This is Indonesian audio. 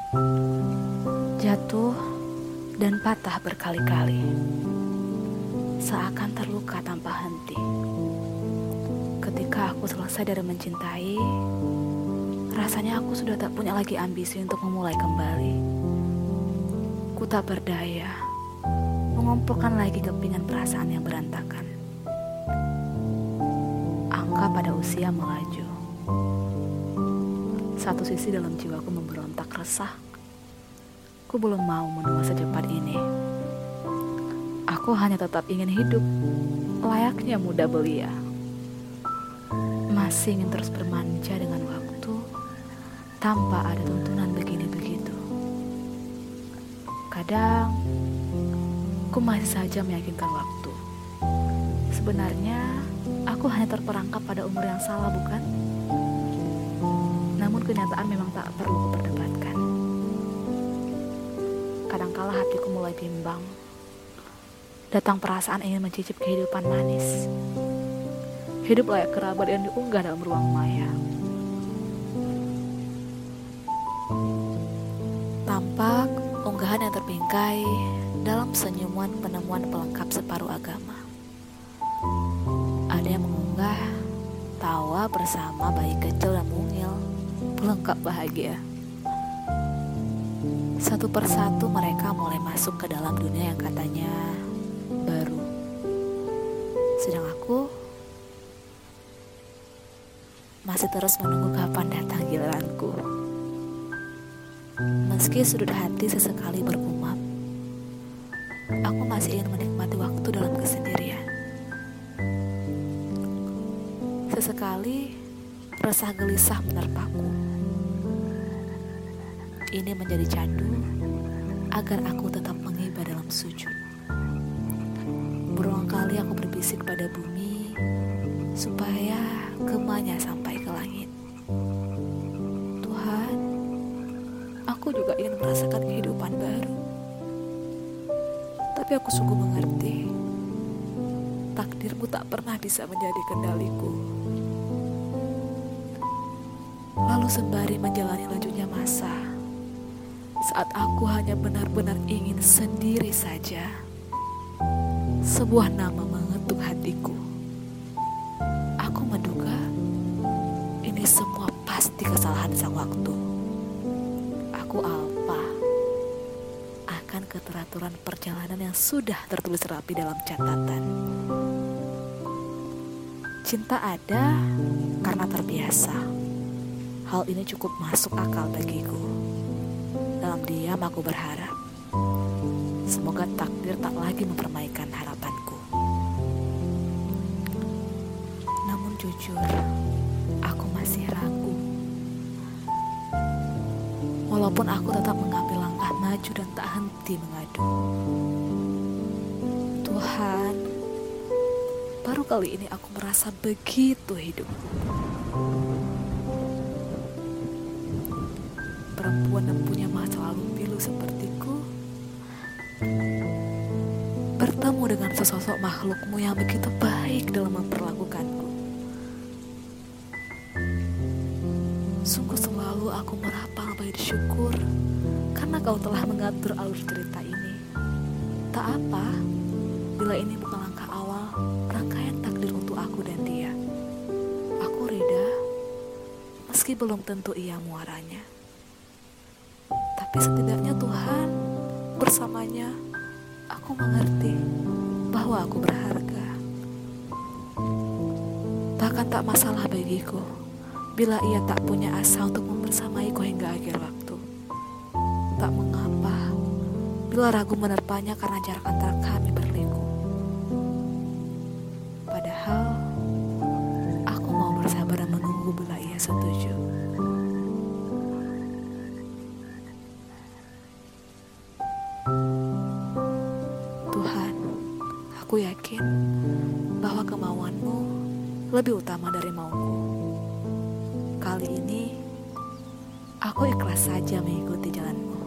Jatuh dan patah berkali-kali, seakan terluka tanpa henti. Ketika aku selesai dari mencintai, rasanya aku sudah tak punya lagi ambisi untuk memulai kembali. Ku tak berdaya mengumpulkan lagi kepingan perasaan yang berantakan. Angka pada usia melaju. Satu sisi dalam jiwaku memberontak resah. Ku belum mau menua secepat ini. Aku hanya tetap ingin hidup layaknya muda belia. Masih ingin terus bermanja dengan waktu tanpa ada tuntunan begini begitu. Kadang ku masih saja meyakinkan waktu. Sebenarnya aku hanya terperangkap pada umur yang salah, bukan? Namun kenyataan memang tak perlu kuperdebatkan. Kadangkala hatiku mulai bimbang. Datang perasaan ingin mencicip kehidupan manis. Hidup layak kerabat yang diunggah dalam ruang maya. Tampak unggahan yang terbingkai dalam senyuman penemuan pelengkap separuh agama. Ada yang mengunggah tawa bersama bayi kecil dan mungil, pelengkap bahagia. Satu persatu mereka mulai masuk ke dalam dunia yang katanya baru. Sedang aku masih terus menunggu kapan datang giliranku. Meski sudut hati sesekali bergumam, aku masih ingin menikmati waktu dalam kesendirian. Sesekali resah gelisah menerpaku. Ini menjadi candu agar aku tetap mengibar dalam sujud. Berulang kali aku berbisik pada bumi supaya gemanya sampai ke langit. Tuhan, aku juga ingin merasakan kehidupan baru. Tapi aku sungguh mengerti, takdirmu tak pernah bisa menjadi kendaliku. Lalu sembari menjalani lanjutnya masa, saat aku hanya benar-benar ingin sendiri saja, sebuah nama mengetuk hatiku. Aku menduga ini semua pasti kesalahan sang waktu. Aku alpa akan keteraturan perjalanan yang sudah tertulis rapi dalam catatan. Cinta ada karena terbiasa. Hal ini cukup masuk akal bagiku. Dalam diam aku berharap semoga takdir tak lagi mempermaikan harapanku. Namun jujur, aku masih ragu. Walaupun aku tetap mengambil langkah maju dan tak henti mengadu. Tuhan, baru kali ini aku merasa begitu hidup. Perempuan yang punya masa lalu pilu sepertiku bertemu dengan sesosok makhlukmu yang begitu baik dalam memperlakukanku. Sungguh selalu aku merapal bait syukur karena kau telah mengatur alur cerita ini. Tak apa bila ini bukan langkah awal rangkaian takdir untuk aku dan dia. Aku reda meski belum tentu ia muaranya. Tapi setidaknya Tuhan bersamanya aku mengerti bahwa aku berharga. Bahkan tak masalah bagiku bila ia tak punya asa untuk membersamaiku hingga akhir waktu. Tak mengapa bila ragu menerpanya karena jarak antara kami berliku. Padahal aku mau bersabar dan menunggu bila ia setuju. Tuhan, aku yakin bahwa kemauanmu lebih utama dari mauku. Kali ini, aku ikhlas saja mengikuti jalanmu.